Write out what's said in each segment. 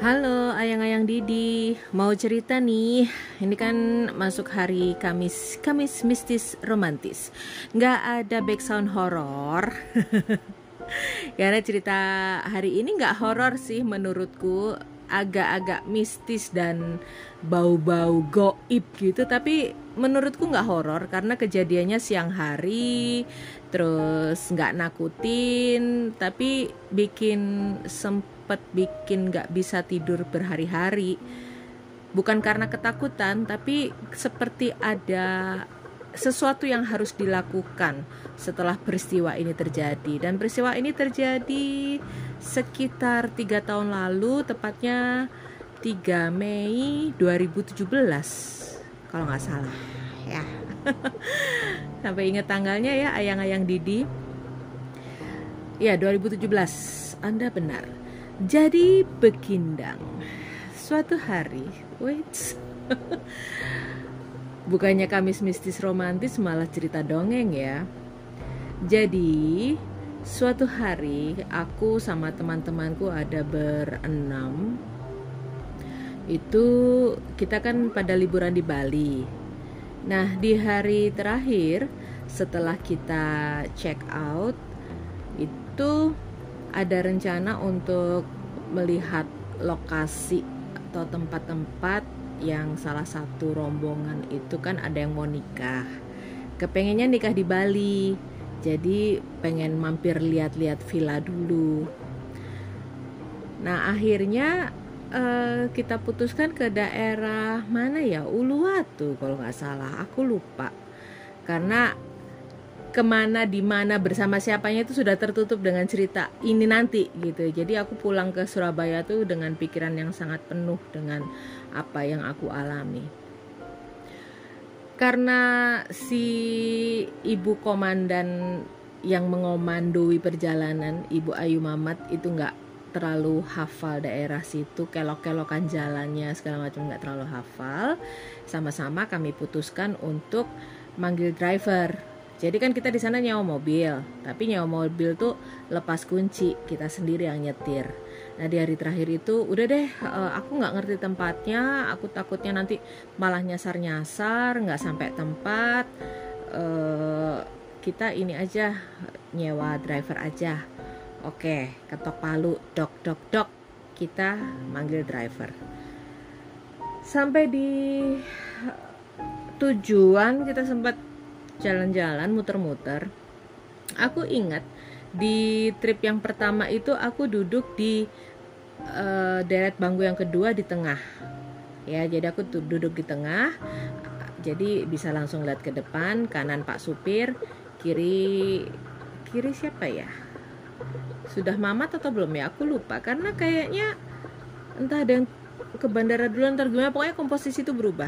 Halo ayang-ayang Didi, mau cerita nih. Ini kan masuk hari Kamis, Kamis mistis romantis. Nggak ada background horor. Karena cerita hari ini nggak horor sih menurutku, agak-agak mistis dan bau-bau goib gitu. Tapi menurutku nggak horor karena kejadiannya siang hari, terus nggak nakutin, tapi sempet bikin nggak bisa tidur berhari-hari. Bukan karena ketakutan, tapi seperti ada sesuatu yang harus dilakukan setelah peristiwa ini terjadi. Dan peristiwa ini terjadi sekitar 3 tahun lalu, tepatnya 3 Mei 2017 kalau nggak salah ya. Sampai ingat tanggalnya ya ayang-ayang Didi. Ya, 2017, Anda benar. Jadi begindang, suatu hari, bukannya Kamis mistis romantis, malah cerita dongeng ya. Jadi suatu hari aku sama teman-temanku ada berenam. Itu kita kan pada liburan di Bali. Nah, di hari terakhir setelah kita check out itu ada rencana untuk melihat lokasi atau tempat-tempat yang salah satu rombongan itu kan ada yang mau nikah. Kepengennya nikah di Bali. Jadi pengen mampir lihat-lihat villa dulu. Nah, akhirnya kita putuskan ke daerah mana ya? Uluwatu kalau nggak salah. Aku lupa. Karena kemana di mana bersama siapanya itu sudah tertutup dengan cerita ini nanti gitu. Jadi aku pulang ke Surabaya tuh dengan pikiran yang sangat penuh dengan apa yang aku alami. Karena si ibu komandan yang mengomandoi perjalanan, Ibu Ayu Mamat, itu nggak terlalu hafal daerah situ, kelok-kelokan jalannya segala macam nggak terlalu hafal. Sama-sama kami putuskan untuk manggil driver. Jadi kan kita di sana nyewa mobil, tapi nyewa mobil tuh lepas kunci, kita sendiri yang nyetir. Nah, di hari terakhir itu udah deh, aku nggak ngerti tempatnya, aku takutnya nanti malah nyasar-nyasar, nggak sampai tempat. Kita ini aja, nyewa driver aja. Oke, ketok palu, dok dok dok, kita manggil driver. Sampai di tujuan kita sempat jalan-jalan muter-muter. Aku ingat di trip yang pertama itu aku duduk di deret bangku yang kedua di tengah. Ya, jadi aku duduk di tengah. Jadi bisa langsung lihat ke depan, kanan Pak supir, kiri siapa ya? Sudah Mamat atau belum ya? Aku lupa karena kayaknya entah ada yang ke bandara dulu ntar gimana, pokoknya komposisi itu berubah.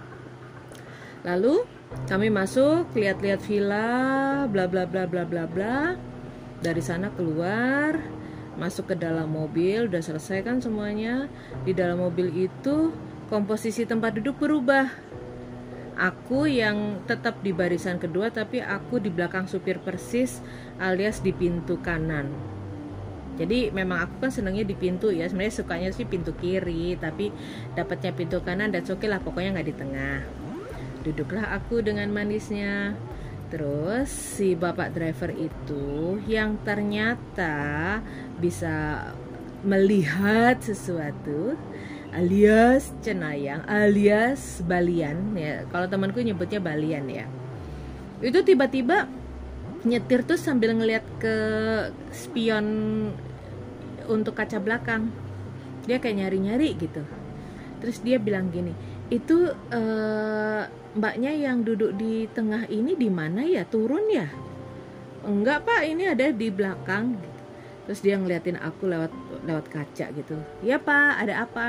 Lalu kami masuk, lihat-lihat villa, bla bla bla bla bla bla. Dari sana keluar, masuk ke dalam mobil, udah selesai kan semuanya. Di dalam mobil itu komposisi tempat duduk berubah. Aku yang tetap di barisan kedua, tapi aku di belakang supir persis, alias di pintu kanan. Jadi memang aku kan senangnya di pintu ya, sebenarnya sukanya sih pintu kiri, tapi dapatnya pintu kanan, that's okay lah, pokoknya nggak di tengah. Duduklah aku dengan manisnya. Terus si bapak driver itu yang ternyata bisa melihat sesuatu, alias cenayang, alias balian ya. Kalau temanku nyebutnya balian ya. Itu tiba-tiba nyetir tuh sambil ngeliat ke spion untuk kaca belakang. Dia kayak nyari-nyari gitu. Terus dia bilang gini, itu mbaknya yang duduk di tengah ini di mana ya? Turun ya? Enggak pak, ini ada di belakang. Terus dia ngeliatin aku lewat kaca gitu. Ya pak, ada apa?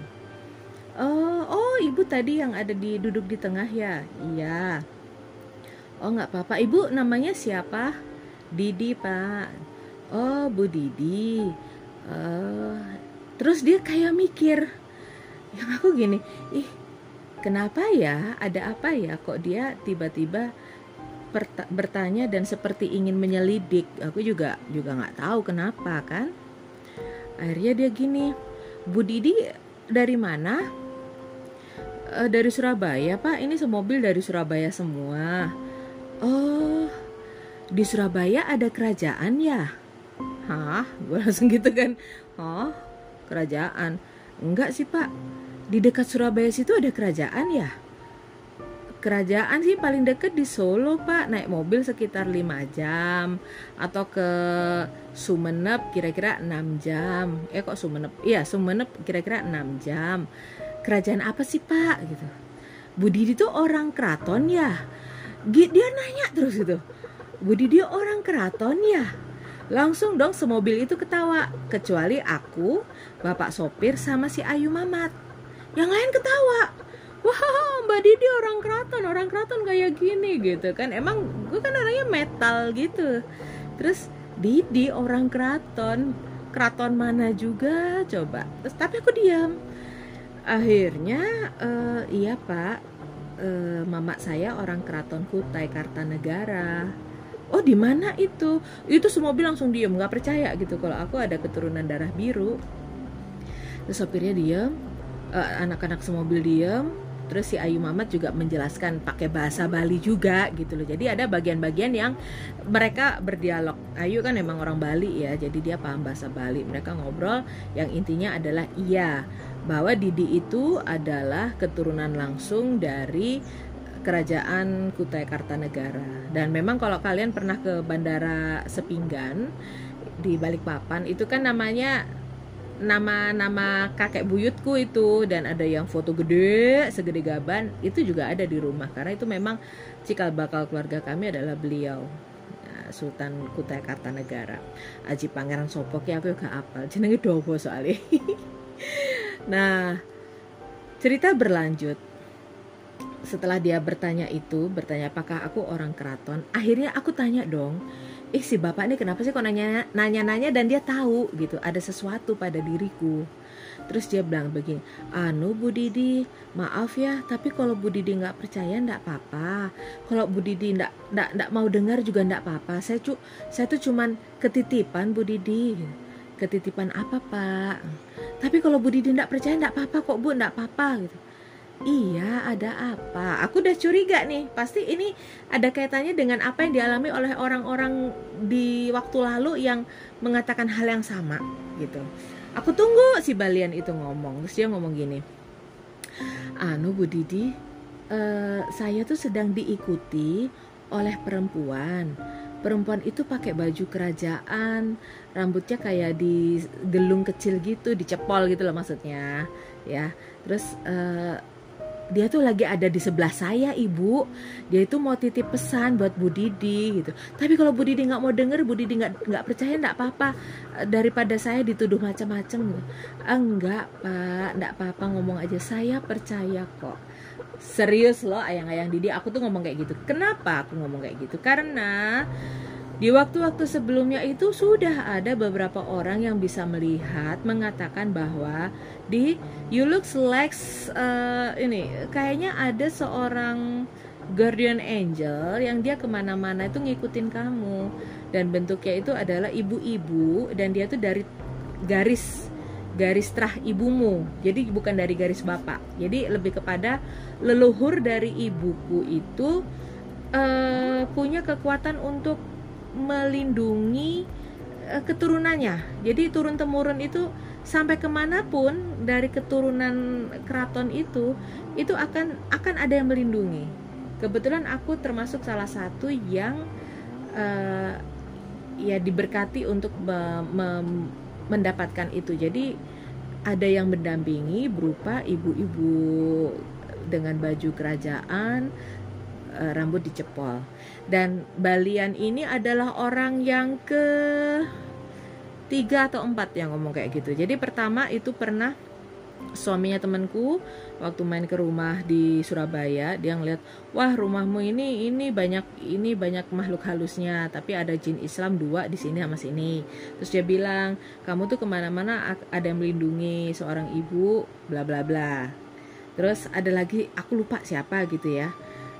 Oh ibu tadi yang ada duduk di tengah ya? Iya. Oh nggak apa-apa. Ibu namanya siapa? Didi pak. Oh Bu Didi. Terus dia kayak mikir. Yang aku gini, kenapa ya? Ada apa ya? Kok dia tiba-tiba bertanya dan seperti ingin menyelidik. Aku juga nggak tahu kenapa kan. Akhirnya dia gini, Bu Didi dari mana? Dari Surabaya Pak, ini semobil dari Surabaya semua. Oh, di Surabaya ada kerajaan ya? Hah? Gue langsung gitu kan. Oh, kerajaan? Enggak sih Pak, di dekat Surabaya situ ada kerajaan ya? Kerajaan sih paling deket di Solo Pak, naik mobil sekitar 5 jam. Atau ke Sumenep kira-kira 6 jam. Kok Sumenep? Iya, Sumenep kira-kira 6 jam. Kerajaan apa sih Pak? Gitu. Bu Didi tuh orang keraton ya? Dia nanya terus gitu. Bu Didi orang keraton ya? Langsung dong semobil itu ketawa. Kecuali aku, bapak sopir sama si Ayu Mamat. Yang lain ketawa. Wah, Mbak Didi orang keraton kayak gini gitu kan. Emang gue kan orangnya metal gitu. Terus Didi orang keraton mana juga coba. Terus tapi aku diam. Akhirnya iya Pak, mama saya orang keraton Kutai Kartanegara. Oh di mana itu? Itu semobil langsung diem, nggak percaya gitu kalau aku ada keturunan darah biru. Terus sopirnya diem, anak-anak semobil diem. Terus si Ayu Mamat juga menjelaskan pakai bahasa Bali juga gitu loh. Jadi ada bagian-bagian yang mereka berdialog. Ayu kan emang orang Bali ya, jadi dia paham bahasa Bali. Mereka ngobrol yang intinya adalah iya, bahwa Didi itu adalah keturunan langsung dari kerajaan Kutai Kartanegara. Dan memang kalau kalian pernah ke Bandara Sepinggan di Balikpapan, itu kan namanya nama kakek buyutku itu, dan ada yang foto gede segede gaban itu juga ada di rumah, karena itu memang cikal bakal keluarga kami adalah beliau, Sultan Kutai Kartanegara. Aji Pangeran Sopok ya aku gak apal jenenge dobo soalnya. Nah, cerita berlanjut. Setelah dia bertanya apakah aku orang keraton, akhirnya aku tanya dong, si bapak ini kenapa sih kok nanya-nanya dan dia tahu gitu ada sesuatu pada diriku. Terus dia bilang begini, Bu Didi, maaf ya, tapi kalau Bu Didi nggak percaya nggak apa-apa. Kalau Bu Didi nggak mau dengar juga nggak apa-apa. Saya tuh cuman ketitipan Bu Didi. Ketitipan apa Pak? Tapi kalau Bu Didi nggak percaya nggak apa-apa kok Bu, nggak apa-apa gitu. Iya, ada apa? Aku udah curiga nih, pasti ini ada kaitannya dengan apa yang dialami oleh orang-orang di waktu lalu yang mengatakan hal yang sama gitu. Aku tunggu si Balian itu ngomong. Terus dia ngomong gini, Bu Didi, saya tuh sedang diikuti oleh perempuan. Perempuan itu pakai baju kerajaan, rambutnya kayak digelung kecil gitu, dicepol gitu loh maksudnya, ya. Terus dia tuh lagi ada di sebelah saya Ibu. Dia itu mau titip pesan buat Bu Didi gitu. Tapi kalau Bu Didi nggak mau denger, Bu Didi nggak percaya, nggak apa-apa. Daripada saya dituduh macam-macam. Enggak Pak, nggak apa-apa, ngomong aja, saya percaya kok. Serius loh ayang-ayang Didi, aku tuh ngomong kayak gitu. Kenapa aku ngomong kayak gitu? Karena di waktu-waktu sebelumnya itu sudah ada beberapa orang yang bisa melihat, mengatakan bahwa you looks like ini kayaknya ada seorang guardian angel yang dia kemana-mana itu ngikutin kamu, dan bentuknya itu adalah ibu-ibu, dan dia tuh dari garis terah ibumu, jadi bukan dari garis bapak, jadi lebih kepada leluhur dari ibuku itu punya kekuatan untuk melindungi keturunannya. Jadi turun temurun itu sampai kemanapun dari keturunan keraton itu akan ada yang melindungi. Kebetulan aku termasuk salah satu yang ya diberkati untuk mendapatkan itu. Jadi ada yang mendampingi berupa ibu-ibu dengan baju kerajaan, rambut dicepol. Dan Balian ini adalah orang yang ke 3 atau 4 yang ngomong kayak gitu. Jadi pertama itu pernah suaminya temanku waktu main ke rumah di Surabaya, dia ngeliat, wah rumahmu ini banyak makhluk halusnya, tapi ada jin Islam 2 di sini sama sini. Terus dia bilang, kamu tuh kemana-mana ada yang melindungi seorang ibu, bla bla bla. Terus ada lagi, aku lupa siapa gitu ya.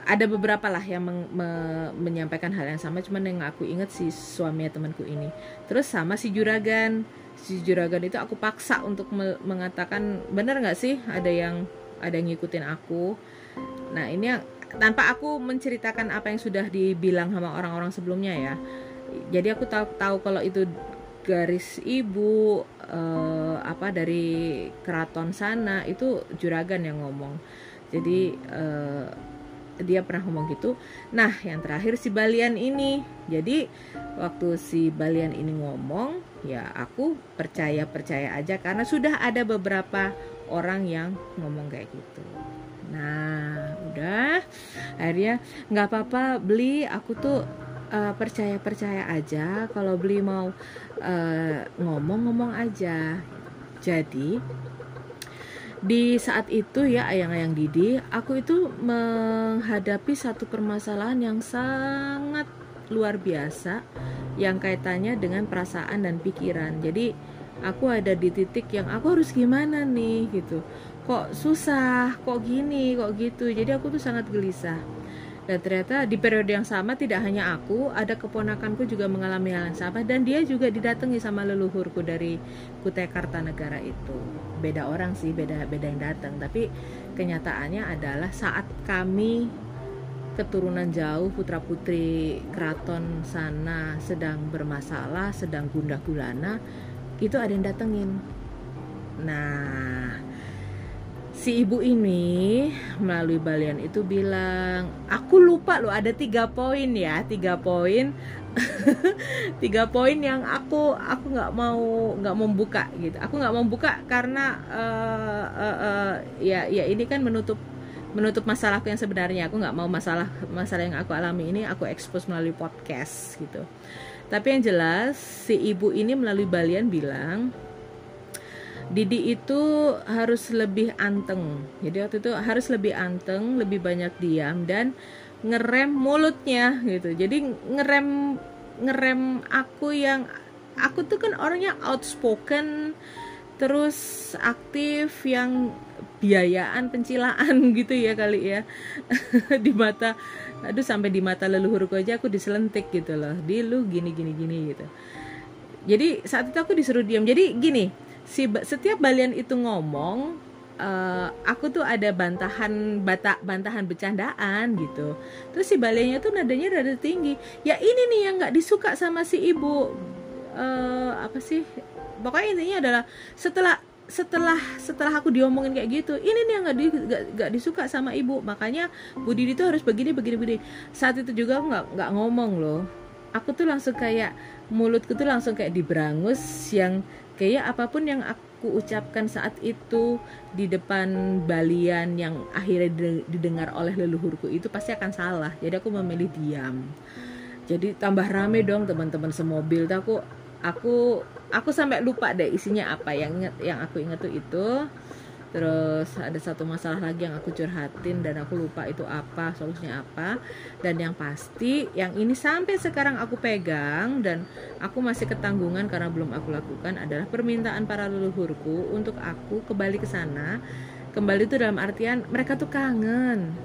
ada beberapa lah yang menyampaikan hal yang sama, cuman yang aku inget si suaminya temanku ini. Terus sama si juragan itu aku paksa untuk mengatakan, benar nggak sih ada yang ngikutin aku. Nah ini yang tanpa aku menceritakan apa yang sudah dibilang sama orang-orang sebelumnya ya. Jadi aku tahu kalau itu garis ibu dari keraton sana, itu juragan yang ngomong. Jadi dia pernah ngomong gitu. Nah yang terakhir si Balian ini. Jadi waktu si Balian ini ngomong, ya aku percaya aja karena sudah ada beberapa orang yang ngomong kayak gitu. Nah udah, akhirnya nggak apa-apa beli, aku tuh percaya aja. Kalau beli mau ngomong aja. Jadi di saat itu ya ayang-ayang Didi, aku itu menghadapi satu permasalahan yang sangat luar biasa yang kaitannya dengan perasaan dan pikiran. Jadi aku ada di titik yang aku harus gimana nih gitu. Kok susah, kok gini, kok gitu. Jadi aku tuh sangat gelisah. Dan ternyata di periode yang sama tidak hanya aku, ada keponakanku juga mengalami hal yang sama, dan dia juga didatangi sama leluhurku dari Kutai Kartanegara itu. Beda orang sih, beda yang datang, tapi kenyataannya adalah saat kami keturunan jauh putra putri keraton sana sedang bermasalah, sedang gundah gulana, itu ada yang datengin. Nah si ibu ini melalui Balian itu bilang, aku lupa loh, ada 3 poin ya, 3 poin 3 poin yang aku nggak mau buka gitu. Aku nggak mau buka karena ya ini kan menutup masalahku yang sebenarnya. Aku nggak mau masalah yang aku alami ini aku expose melalui podcast gitu. Tapi yang jelas si ibu ini melalui Balian bilang, Didi itu harus lebih anteng. Jadi waktu itu harus lebih anteng, lebih banyak diam dan ngerem mulutnya gitu. Jadi ngerem aku tuh kan orangnya outspoken, terus aktif, yang biayaan pencilaan gitu ya kali ya. Sampai di mata leluhurku aja aku diselentik gitu loh. Di lu gini gitu. Jadi saat itu aku disuruh diam. Jadi gini, setiap Balian itu ngomong, aku tuh ada bantahan bercandaan gitu. Terus si Baliannya tuh nadanya rada tinggi. Ya ini nih yang nggak disuka sama si ibu. Apa sih? Pokoknya intinya adalah setelah aku diomongin kayak gitu, ini nih yang nggak disuka sama ibu. Makanya Bu Didi tuh harus begini. Saat itu juga aku nggak ngomong loh. Aku tuh langsung kayak mulutku tuh langsung kayak diberangus, yang kayak apapun yang aku ucapkan saat itu di depan Balian yang akhirnya didengar oleh leluhurku itu pasti akan salah. Jadi aku memilih diam. Jadi tambah rame dong teman-teman semobil. Aku sampai lupa deh isinya apa. Yang aku ingat tuh itu. Terus ada satu masalah lagi yang aku curhatin dan aku lupa itu apa, solusinya apa. Dan yang pasti yang ini sampai sekarang aku pegang dan aku masih ketanggungan karena belum aku lakukan adalah permintaan para leluhurku untuk aku kembali ke sana. Kembali itu dalam artian mereka tuh kangen,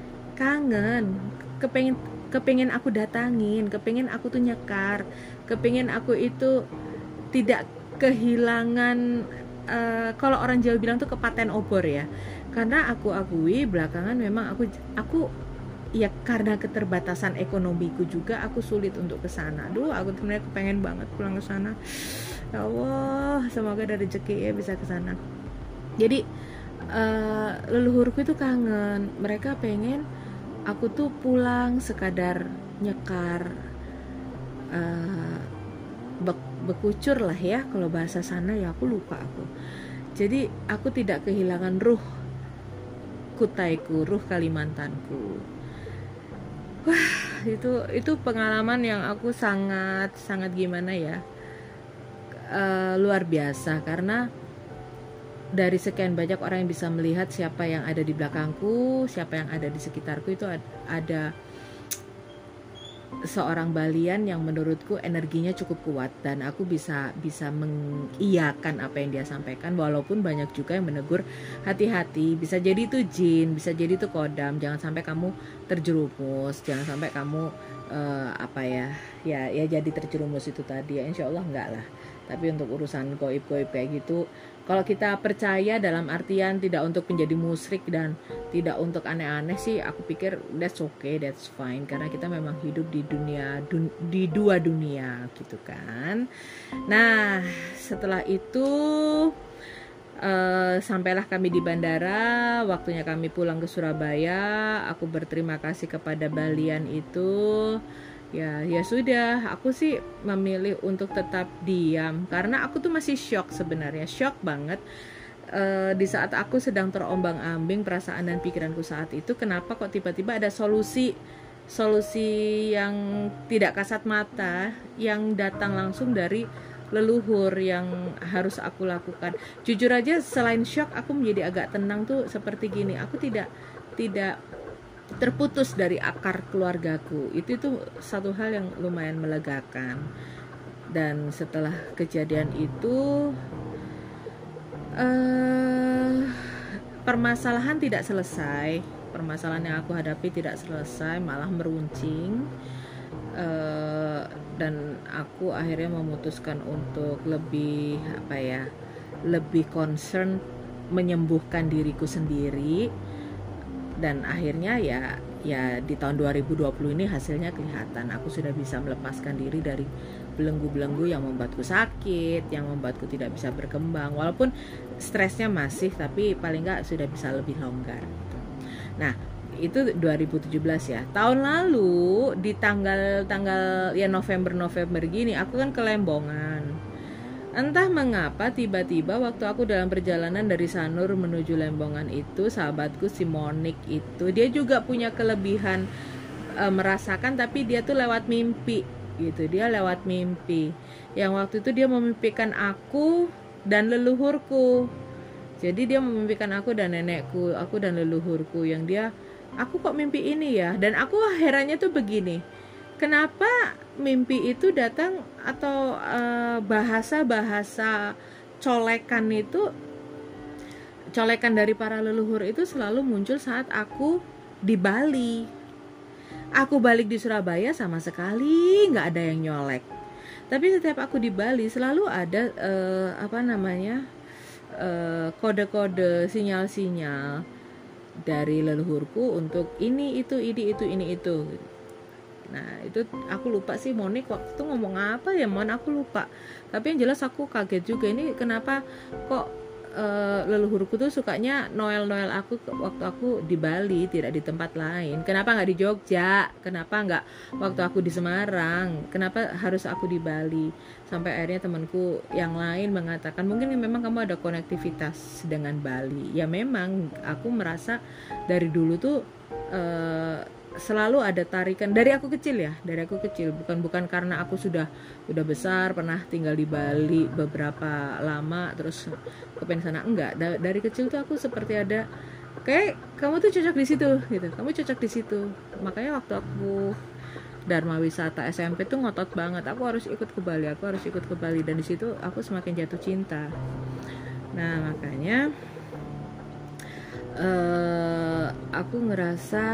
kepengen aku datangin, kepengen aku tuh nyekar, kepengen aku itu tidak kehilangan. Kalau orang Jawa bilang tuh kepaten obor ya, karena aku akui belakangan memang aku ya karena keterbatasan ekonomiku juga aku sulit untuk ke sana. Aku sebenarnya pengen banget pulang ke sana. Ya Allah, semoga ada rezeki ya bisa ke sana. Jadi leluhurku itu kangen, mereka pengen aku tuh pulang sekadar nyekar, bekucur lah ya kalau bahasa sana ya, aku lupa aku. Jadi aku tidak kehilangan ruh Kutaiku, ruh Kalimantanku. Wah, itu pengalaman yang aku sangat gimana ya, luar biasa, karena dari sekian banyak orang yang bisa melihat siapa yang ada di belakangku, siapa yang ada di sekitarku, itu ada seorang Balian yang menurutku energinya cukup kuat, dan aku bisa mengiyakan apa yang dia sampaikan, walaupun banyak juga yang menegur hati-hati, bisa jadi itu jin, bisa jadi itu kodam, jangan sampai kamu terjerumus, jangan sampai kamu ya jadi terjerumus itu tadi ya. Insya Allah enggak lah. Tapi untuk urusan goib-goib kayak gitu, kalau kita percaya dalam artian tidak untuk menjadi musyrik dan tidak untuk aneh-aneh sih, aku pikir that's okay, that's fine, karena kita memang hidup di di dua dunia gitu kan. Nah, setelah itu sampailah kami di bandara, waktunya kami pulang ke Surabaya. Aku berterima kasih kepada Balian itu. Ya sudah, aku sih memilih untuk tetap diam karena aku tuh masih shock sebenarnya, shock banget. Di saat aku sedang terombang-ambing perasaan dan pikiranku saat itu, kenapa kok tiba-tiba ada solusi yang tidak kasat mata yang datang langsung dari leluhur yang harus aku lakukan. Jujur aja, selain shock, aku menjadi agak tenang tuh seperti gini. Aku tidak terputus dari akar keluargaku. Itu tuh satu hal yang lumayan melegakan. Dan setelah kejadian itu, permasalahan tidak selesai. Permasalahan yang aku hadapi tidak selesai, malah meruncing. Dan aku akhirnya memutuskan untuk lebih concern menyembuhkan diriku sendiri. Dan akhirnya ya di tahun 2020 ini hasilnya kelihatan. Aku sudah bisa melepaskan diri dari belenggu-belenggu yang membuatku sakit, yang membuatku tidak bisa berkembang. Walaupun stresnya masih, tapi paling nggak sudah bisa lebih longgar. Nah, itu 2017 ya. Tahun lalu di tanggal ya November gini, aku kan ke Lembongan. Entah mengapa tiba-tiba waktu aku dalam perjalanan dari Sanur menuju Lembongan itu, sahabatku si Monik itu, dia juga punya kelebihan merasakan, tapi dia tuh lewat mimpi gitu. Dia lewat mimpi. Yang waktu itu dia memimpikan aku dan leluhurku. Jadi dia memimpikan aku dan nenekku, aku dan leluhurku, yang dia, aku kok mimpi ini ya. Dan aku herannya tuh begini, kenapa mimpi itu datang atau bahasa-bahasa colekan dari para leluhur itu selalu muncul saat aku di Bali. Aku balik di Surabaya sama sekali nggak ada yang nyolek. Tapi setiap aku di Bali selalu ada kode-kode, sinyal-sinyal dari leluhurku untuk ini itu. Nah, itu aku lupa sih Monik waktu itu ngomong apa ya, aku lupa. Tapi yang jelas aku kaget juga, ini kenapa kok leluhurku tuh sukanya Noel aku waktu aku di Bali, tidak di tempat lain. Kenapa nggak di Jogja? Kenapa nggak waktu aku di Semarang? Kenapa harus aku di Bali? Sampai akhirnya temanku yang lain mengatakan, mungkin memang kamu ada konektivitas dengan Bali. Ya memang aku merasa dari dulu tuh selalu ada tarikan dari aku kecil, bukan karena aku udah besar pernah tinggal di Bali beberapa lama terus kepengen sana, enggak. Dari kecil tuh aku seperti ada kayak kamu tuh cocok di situ gitu, kamu cocok di situ. Makanya waktu aku Dharma Wisata SMP tuh ngotot banget, aku harus ikut ke Bali, dan di situ aku semakin jatuh cinta. Nah, makanya aku ngerasa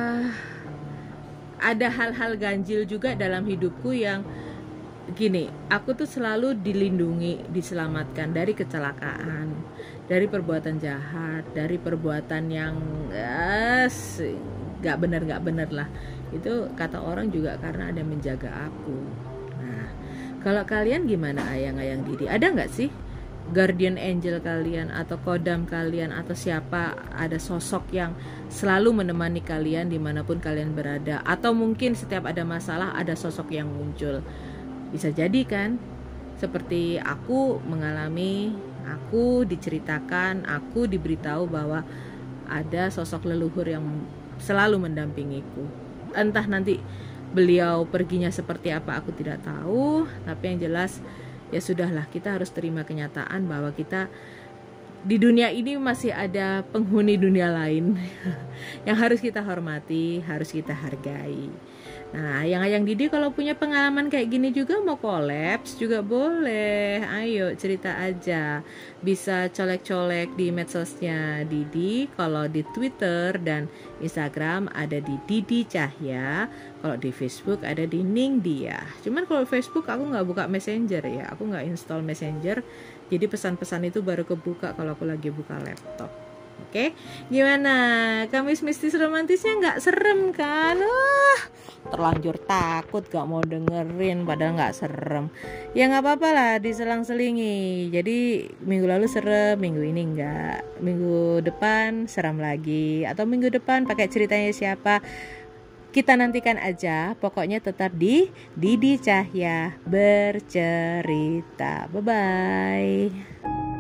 ada hal-hal ganjil juga dalam hidupku yang gini, aku tuh selalu dilindungi, diselamatkan dari kecelakaan, dari perbuatan jahat, dari perbuatan yang gak bener lah. Itu kata orang juga karena ada yang menjaga aku. Nah, kalau kalian gimana ayang-ayang Didi? Ada gak sih guardian angel kalian atau kodam kalian atau siapa, ada sosok yang selalu menemani kalian dimanapun kalian berada, atau mungkin setiap ada masalah ada sosok yang muncul? Bisa jadi kan seperti aku mengalami, aku diceritakan, aku diberitahu bahwa ada sosok leluhur yang selalu mendampingiku. Entah nanti beliau perginya seperti apa aku tidak tahu, tapi yang jelas ya sudahlah, kita harus terima kenyataan bahwa kita di dunia ini masih ada penghuni dunia lain yang harus kita hormati, harus kita hargai. Nah, yang Didi kalau punya pengalaman kayak gini juga mau kolaps juga boleh. Ayo cerita aja. Bisa colek-colek di medsosnya Didi. Kalau di Twitter dan Instagram ada di Didi Cahya. Kalau di Facebook ada di Ning Dia. Cuman kalau Facebook aku nggak buka Messenger ya. Aku nggak install Messenger. Jadi pesan-pesan itu baru kebuka kalau aku lagi buka laptop. Oke, gimana? Kamis mistis romantisnya nggak serem kan? Wah, terlanjur takut gak mau dengerin padahal nggak serem. Ya nggak apa-apa lah, diselang-selingi. Jadi minggu lalu serem, minggu ini nggak. Minggu depan seram lagi. Atau minggu depan pakai ceritanya siapa? Kita nantikan aja. Pokoknya tetap di Didi Cahya bercerita. Bye-bye.